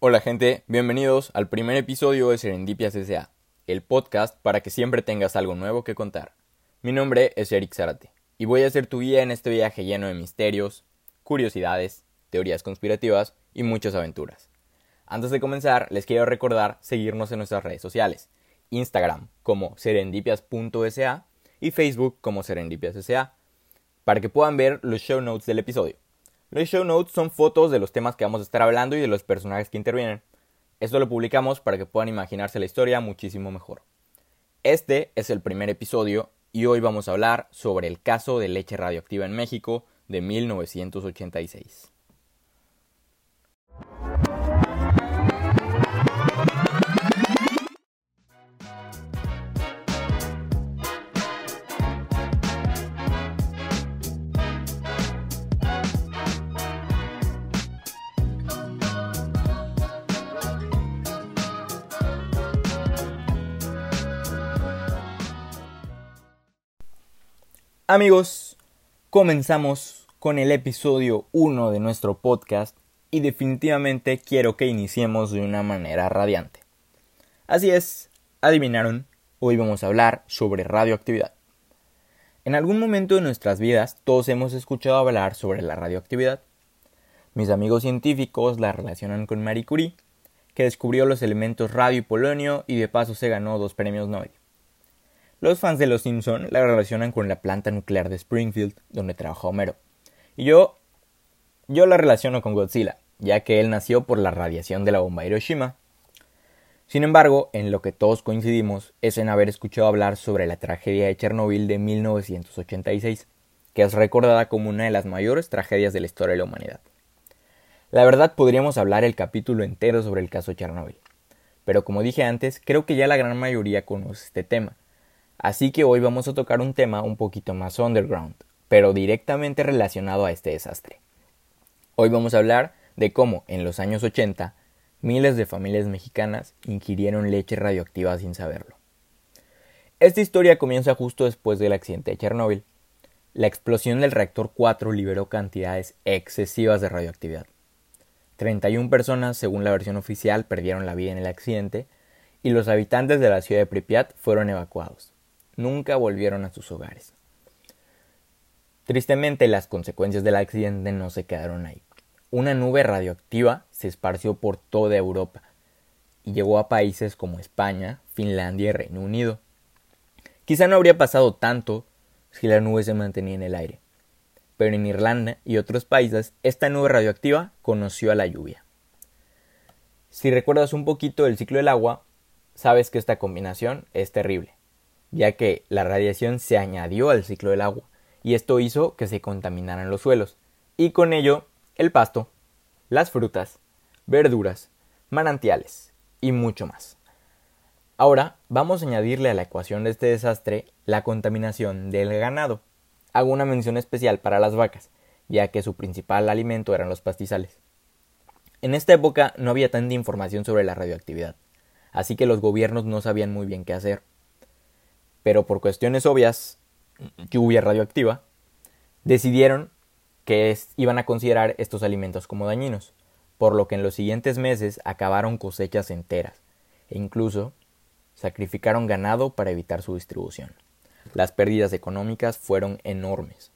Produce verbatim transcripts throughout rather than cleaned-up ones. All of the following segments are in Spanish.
Hola gente, bienvenidos al primer episodio de Serendipias S A, el podcast para que siempre tengas algo nuevo que contar. Mi nombre es Eric Zárate y voy a ser tu guía en este viaje lleno de misterios, curiosidades, teorías conspirativas y muchas aventuras. Antes de comenzar, les quiero recordar seguirnos en nuestras redes sociales, Instagram como serendipias punto s a y Facebook como Serendipias S A, para que puedan ver los show notes del episodio. Los show notes son fotos de los temas que vamos a estar hablando y de los personajes que intervienen. Esto lo publicamos para que puedan imaginarse la historia muchísimo mejor. Este es el primer episodio y hoy vamos a hablar sobre el caso de leche radioactiva en México de mil novecientos ochenta y seis. Amigos, comenzamos con el episodio uno de nuestro podcast y definitivamente quiero que iniciemos de una manera radiante. Así es, adivinaron, hoy vamos a hablar sobre radioactividad. En algún momento de nuestras vidas todos hemos escuchado hablar sobre la radioactividad. Mis amigos científicos la relacionan con Marie Curie, que descubrió los elementos radio y polonio y de paso se ganó dos premios Nobel. Los fans de Los Simpson la relacionan con la planta nuclear de Springfield, donde trabajó Homero. Y yo, yo la relaciono con Godzilla, ya que él nació por la radiación de la bomba de Hiroshima. Sin embargo, en lo que todos coincidimos es en haber escuchado hablar sobre la tragedia de Chernobyl de mil novecientos ochenta y seis, que es recordada como una de las mayores tragedias de la historia de la humanidad. La verdad podríamos hablar el capítulo entero sobre el caso Chernobyl, pero como dije antes, creo que ya la gran mayoría conoce este tema. Así que hoy vamos a tocar un tema un poquito más underground, pero directamente relacionado a este desastre. Hoy vamos a hablar de cómo, en los años ochenta, miles de familias mexicanas ingirieron leche radioactiva sin saberlo. Esta historia comienza justo después del accidente de Chernobyl. La explosión del reactor cuatro liberó cantidades excesivas de radioactividad. treinta y una personas, según la versión oficial, perdieron la vida en el accidente y los habitantes de la ciudad de Pripyat fueron evacuados. Nunca volvieron a sus hogares. Tristemente, las consecuencias del accidente no se quedaron ahí. Una nube radioactiva se esparció por toda Europa y llegó a países como España, Finlandia y Reino Unido. Quizá no habría pasado tanto si la nube se mantenía en el aire, pero en Irlanda y otros países esta nube radioactiva conoció a la lluvia. Si recuerdas un poquito del ciclo del agua, sabes que esta combinación es terrible, ya que la radiación se añadió al ciclo del agua, y esto hizo que se contaminaran los suelos, y con ello el pasto, las frutas, verduras, manantiales y mucho más. Ahora vamos a añadirle a la ecuación de este desastre la contaminación del ganado. Hago una mención especial para las vacas, ya que su principal alimento eran los pastizales. En esta época no había tanta información sobre la radioactividad, así que los gobiernos no sabían muy bien qué hacer. Pero por cuestiones obvias, lluvia radioactiva, decidieron que es, iban a considerar estos alimentos como dañinos, por lo que en los siguientes meses acabaron cosechas enteras e incluso sacrificaron ganado para evitar su distribución. Las pérdidas económicas fueron enormes.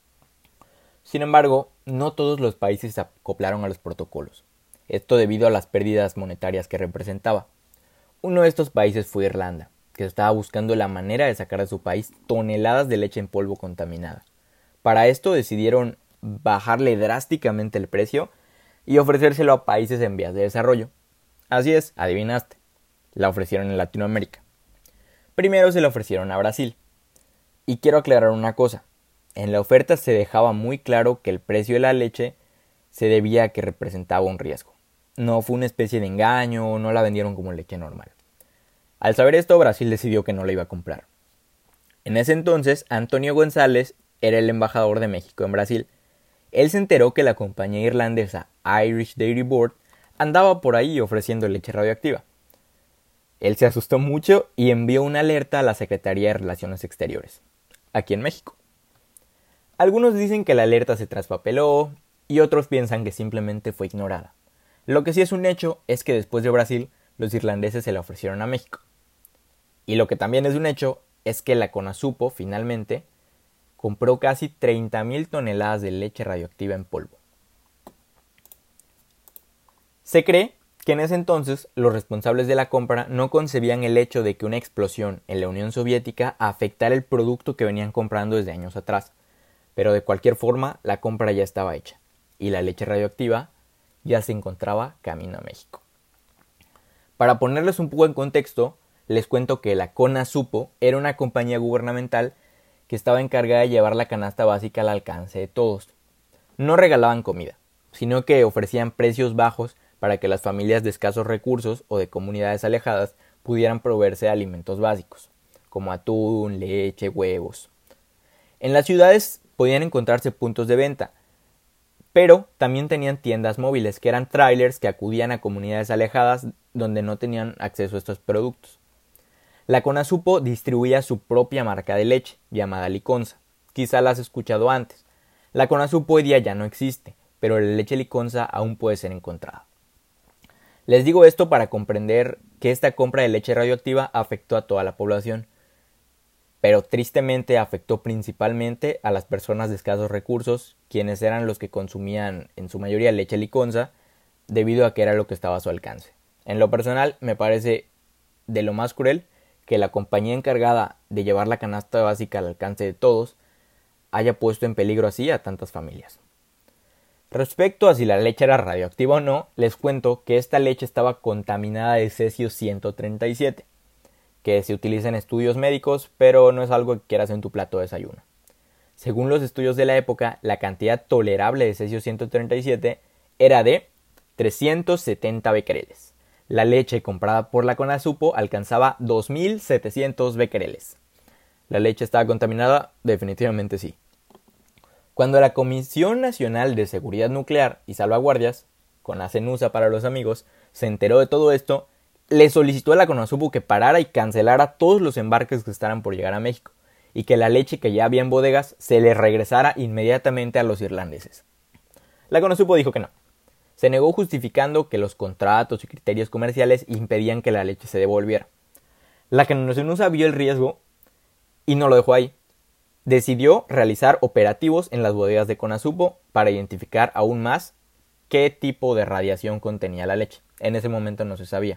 Sin embargo, no todos los países se acoplaron a los protocolos, esto debido a las pérdidas monetarias que representaba. Uno de estos países fue Irlanda, que estaba buscando la manera de sacar de su país toneladas de leche en polvo contaminada. Para esto decidieron bajarle drásticamente el precio y ofrecérselo a países en vías de desarrollo. Así es, adivinaste, la ofrecieron en Latinoamérica. Primero se la ofrecieron a Brasil. Y quiero aclarar una cosa, en la oferta se dejaba muy claro que el precio de la leche se debía a que representaba un riesgo. No fue una especie de engaño, no la vendieron como leche normal. Al saber esto, Brasil decidió que no la iba a comprar. En ese entonces, Antonio González era el embajador de México en Brasil. Él se enteró que la compañía irlandesa Irish Dairy Board andaba por ahí ofreciendo leche radioactiva. Él se asustó mucho y envió una alerta a la Secretaría de Relaciones Exteriores, aquí en México. Algunos dicen que la alerta se traspapeló y otros piensan que simplemente fue ignorada. Lo que sí es un hecho es que después de Brasil, los irlandeses se la ofrecieron a México. Y lo que también es un hecho es que la CONASUPO finalmente compró casi treinta mil toneladas de leche radioactiva en polvo. Se cree que en ese entonces los responsables de la compra no concebían el hecho de que una explosión en la Unión Soviética afectara el producto que venían comprando desde años atrás, pero de cualquier forma la compra ya estaba hecha y la leche radioactiva ya se encontraba camino a México. Para ponerles un poco en contexto, les cuento que la CONASUPO era una compañía gubernamental que estaba encargada de llevar la canasta básica al alcance de todos. No regalaban comida, sino que ofrecían precios bajos para que las familias de escasos recursos o de comunidades alejadas pudieran proveerse de alimentos básicos, como atún, leche, huevos. En las ciudades podían encontrarse puntos de venta, pero también tenían tiendas móviles, que eran trailers que acudían a comunidades alejadas donde no tenían acceso a estos productos. La CONASUPO distribuía su propia marca de leche, llamada Liconza. Quizá la has escuchado antes. La CONASUPO hoy día ya no existe, pero la leche Liconza aún puede ser encontrada. Les digo esto para comprender que esta compra de leche radioactiva afectó a toda la población, pero tristemente afectó principalmente a las personas de escasos recursos, quienes eran los que consumían en su mayoría leche Liconza, debido a que era lo que estaba a su alcance. En lo personal, me parece de lo más cruel que la compañía encargada de llevar la canasta básica al alcance de todos haya puesto en peligro así a tantas familias. Respecto a si la leche era radioactiva o no, les cuento que esta leche estaba contaminada de cesio ciento treinta y siete, que se utiliza en estudios médicos, pero no es algo que quieras en tu plato de desayuno. Según los estudios de la época, la cantidad tolerable de cesio ciento treinta y siete era de trescientos setenta becquereles. La leche comprada por la CONASUPO alcanzaba dos mil setecientos becquereles. ¿La leche estaba contaminada? Definitivamente sí. Cuando la Comisión Nacional de Seguridad Nuclear y Salvaguardias, CONACENUSA para los amigos, se enteró de todo esto, le solicitó a la CONASUPO que parara y cancelara todos los embarques que estaban por llegar a México, y que la leche que ya había en bodegas se le regresara inmediatamente a los irlandeses. La CONASUPO dijo que no. Se negó justificando que los contratos y criterios comerciales impedían que la leche se devolviera. La CONACENUSA vio el riesgo y no lo dejó ahí. Decidió realizar operativos en las bodegas de CONASUPO para identificar aún más qué tipo de radiación contenía la leche. En ese momento no se sabía.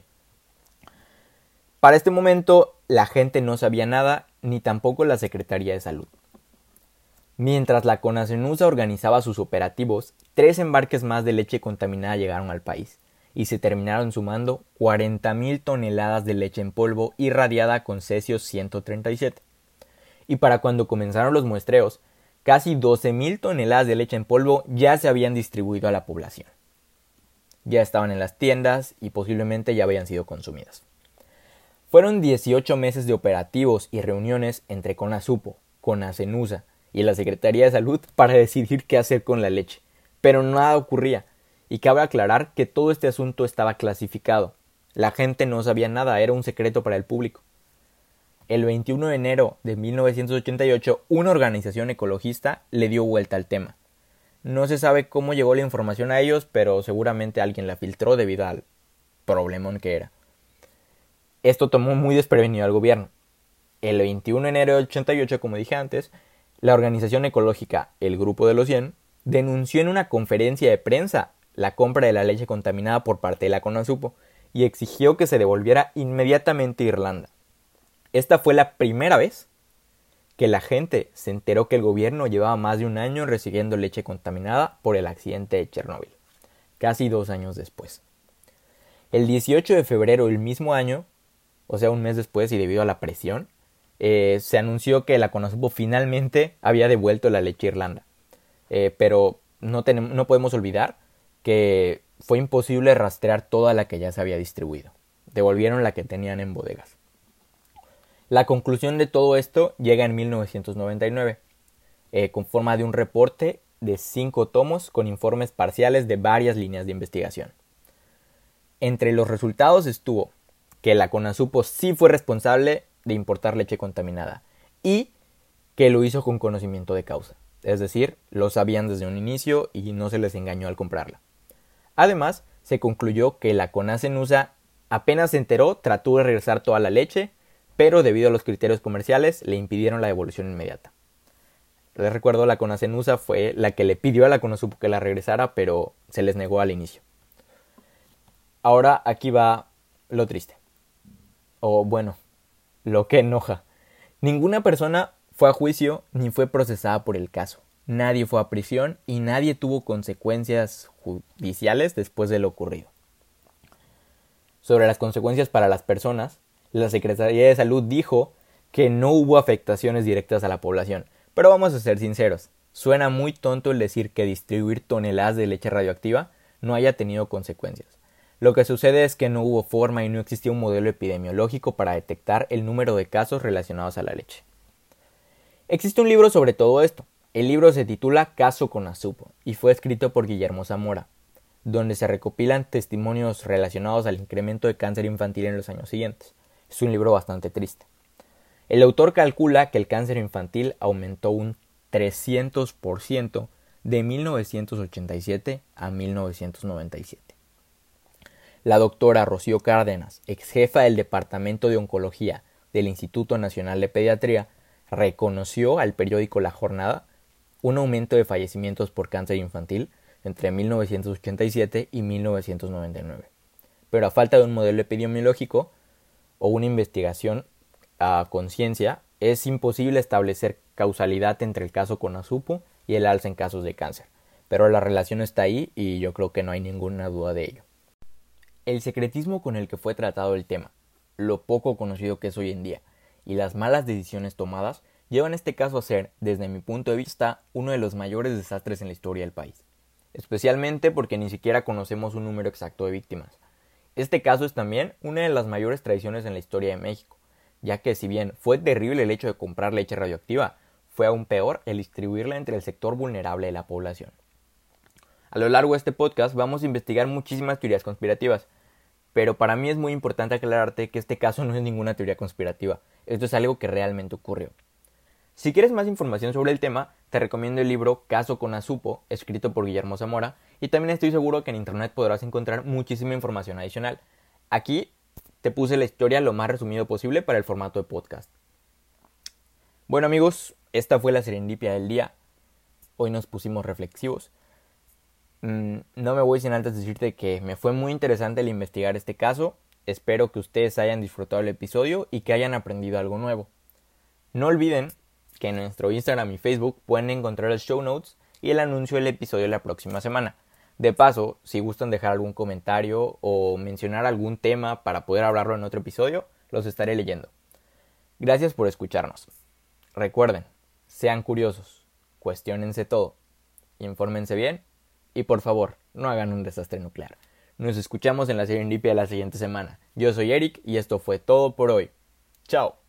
Para este momento la gente no sabía nada, ni tampoco la Secretaría de Salud. Mientras la CONACENUSA organizaba sus operativos, tres embarques más de leche contaminada llegaron al país y se terminaron sumando cuarenta mil toneladas de leche en polvo irradiada con cesio ciento treinta y siete. Y para cuando comenzaron los muestreos, casi doce mil toneladas de leche en polvo ya se habían distribuido a la población. Ya estaban en las tiendas y posiblemente ya habían sido consumidas. Fueron dieciocho meses de operativos y reuniones entre CONASUPO, CONACENUSA y la Secretaría de Salud para decidir qué hacer con la leche, pero nada ocurría, y cabe aclarar que todo este asunto estaba clasificado. La gente no sabía nada, era un secreto para el público. El veintiuno de enero de mil novecientos ochenta y ocho, una organización ecologista le dio vuelta al tema. No se sabe cómo llegó la información a ellos, pero seguramente alguien la filtró debido al problemón que era. Esto tomó muy desprevenido al gobierno. El veintiuno de enero de ochenta y ocho, como dije antes, la organización ecológica El Grupo de los cien denunció en una conferencia de prensa la compra de la leche contaminada por parte de la CONASUPO y exigió que se devolviera inmediatamente a Irlanda. Esta fue la primera vez que la gente se enteró que el gobierno llevaba más de un año recibiendo leche contaminada por el accidente de Chernóbil, casi dos años después. El dieciocho de febrero del mismo año, o sea un mes después y debido a la presión, eh, se anunció que la CONASUPO finalmente había devuelto la leche a Irlanda. Eh, pero no, tenemos, no podemos olvidar que fue imposible rastrear toda la que ya se había distribuido. Devolvieron la que tenían en bodegas. La conclusión de todo esto llega en mil novecientos noventa y nueve, eh, con forma de un reporte de cinco tomos con informes parciales de varias líneas de investigación. Entre los resultados estuvo que la CONASUPO sí fue responsable de importar leche contaminada y que lo hizo con conocimiento de causa, es decir, lo sabían desde un inicio y no se les engañó al comprarla. Además, se concluyó que la CONACE-NUSA apenas se enteró, trató de regresar toda la leche, pero debido a los criterios comerciales le impidieron la devolución inmediata. Les recuerdo, la CONACE-NUSA fue la que le pidió a la CONASUPO que la regresara, pero se les negó al inicio. Ahora aquí va lo triste. O bueno, lo que enoja. Ninguna persona fue a juicio ni fue procesada por el caso. Nadie fue a prisión y nadie tuvo consecuencias judiciales después de lo ocurrido. Sobre las consecuencias para las personas, la Secretaría de Salud dijo que no hubo afectaciones directas a la población. Pero vamos a ser sinceros, suena muy tonto el decir que distribuir toneladas de leche radioactiva no haya tenido consecuencias. Lo que sucede es que no hubo forma y no existía un modelo epidemiológico para detectar el número de casos relacionados a la leche. Existe un libro sobre todo esto. El libro se titula Caso CONASUPO y fue escrito por Guillermo Zamora, donde se recopilan testimonios relacionados al incremento de cáncer infantil en los años siguientes. Es un libro bastante triste. El autor calcula que el cáncer infantil aumentó un trescientos por ciento de mil novecientos ochenta y siete a mil novecientos noventa y siete. La doctora Rocío Cárdenas, ex jefa del Departamento de Oncología del Instituto Nacional de Pediatría, reconoció al periódico La Jornada un aumento de fallecimientos por cáncer infantil entre mil novecientos ochenta y siete y mil novecientos noventa y nueve. Pero a falta de un modelo epidemiológico o una investigación a conciencia, es imposible establecer causalidad entre el caso CONASUPO y el alza en casos de cáncer. Pero la relación está ahí y yo creo que no hay ninguna duda de ello. El secretismo con el que fue tratado el tema, lo poco conocido que es hoy en día, y las malas decisiones tomadas llevan este caso a ser, desde mi punto de vista, uno de los mayores desastres en la historia del país. Especialmente porque ni siquiera conocemos un número exacto de víctimas. Este caso es también una de las mayores traiciones en la historia de México, ya que si bien fue terrible el hecho de comprar leche radioactiva, fue aún peor el distribuirla entre el sector vulnerable de la población. A lo largo de este podcast vamos a investigar muchísimas teorías conspirativas, pero para mí es muy importante aclararte que este caso no es ninguna teoría conspirativa, esto es algo que realmente ocurrió. Si quieres más información sobre el tema, te recomiendo el libro Caso CONASUPO, escrito por Guillermo Zamora, y también estoy seguro que en internet podrás encontrar muchísima información adicional. Aquí te puse la historia lo más resumido posible para el formato de podcast. Bueno amigos, esta fue la serendipia del día. Hoy nos pusimos reflexivos. Mm, no me voy sin antes decirte que me fue muy interesante el investigar este caso. Espero que ustedes hayan disfrutado el episodio y que hayan aprendido algo nuevo. No olviden que en nuestro Instagram y Facebook pueden encontrar los show notes y el anuncio del episodio la próxima semana. De paso, si gustan dejar algún comentario o mencionar algún tema para poder hablarlo en otro episodio, los estaré leyendo. Gracias por escucharnos. Recuerden, sean curiosos, cuestiónense todo, infórmense bien y por favor, no hagan un desastre nuclear. Nos escuchamos en la serendipia de la siguiente semana. Yo soy Eric y esto fue todo por hoy. Chao.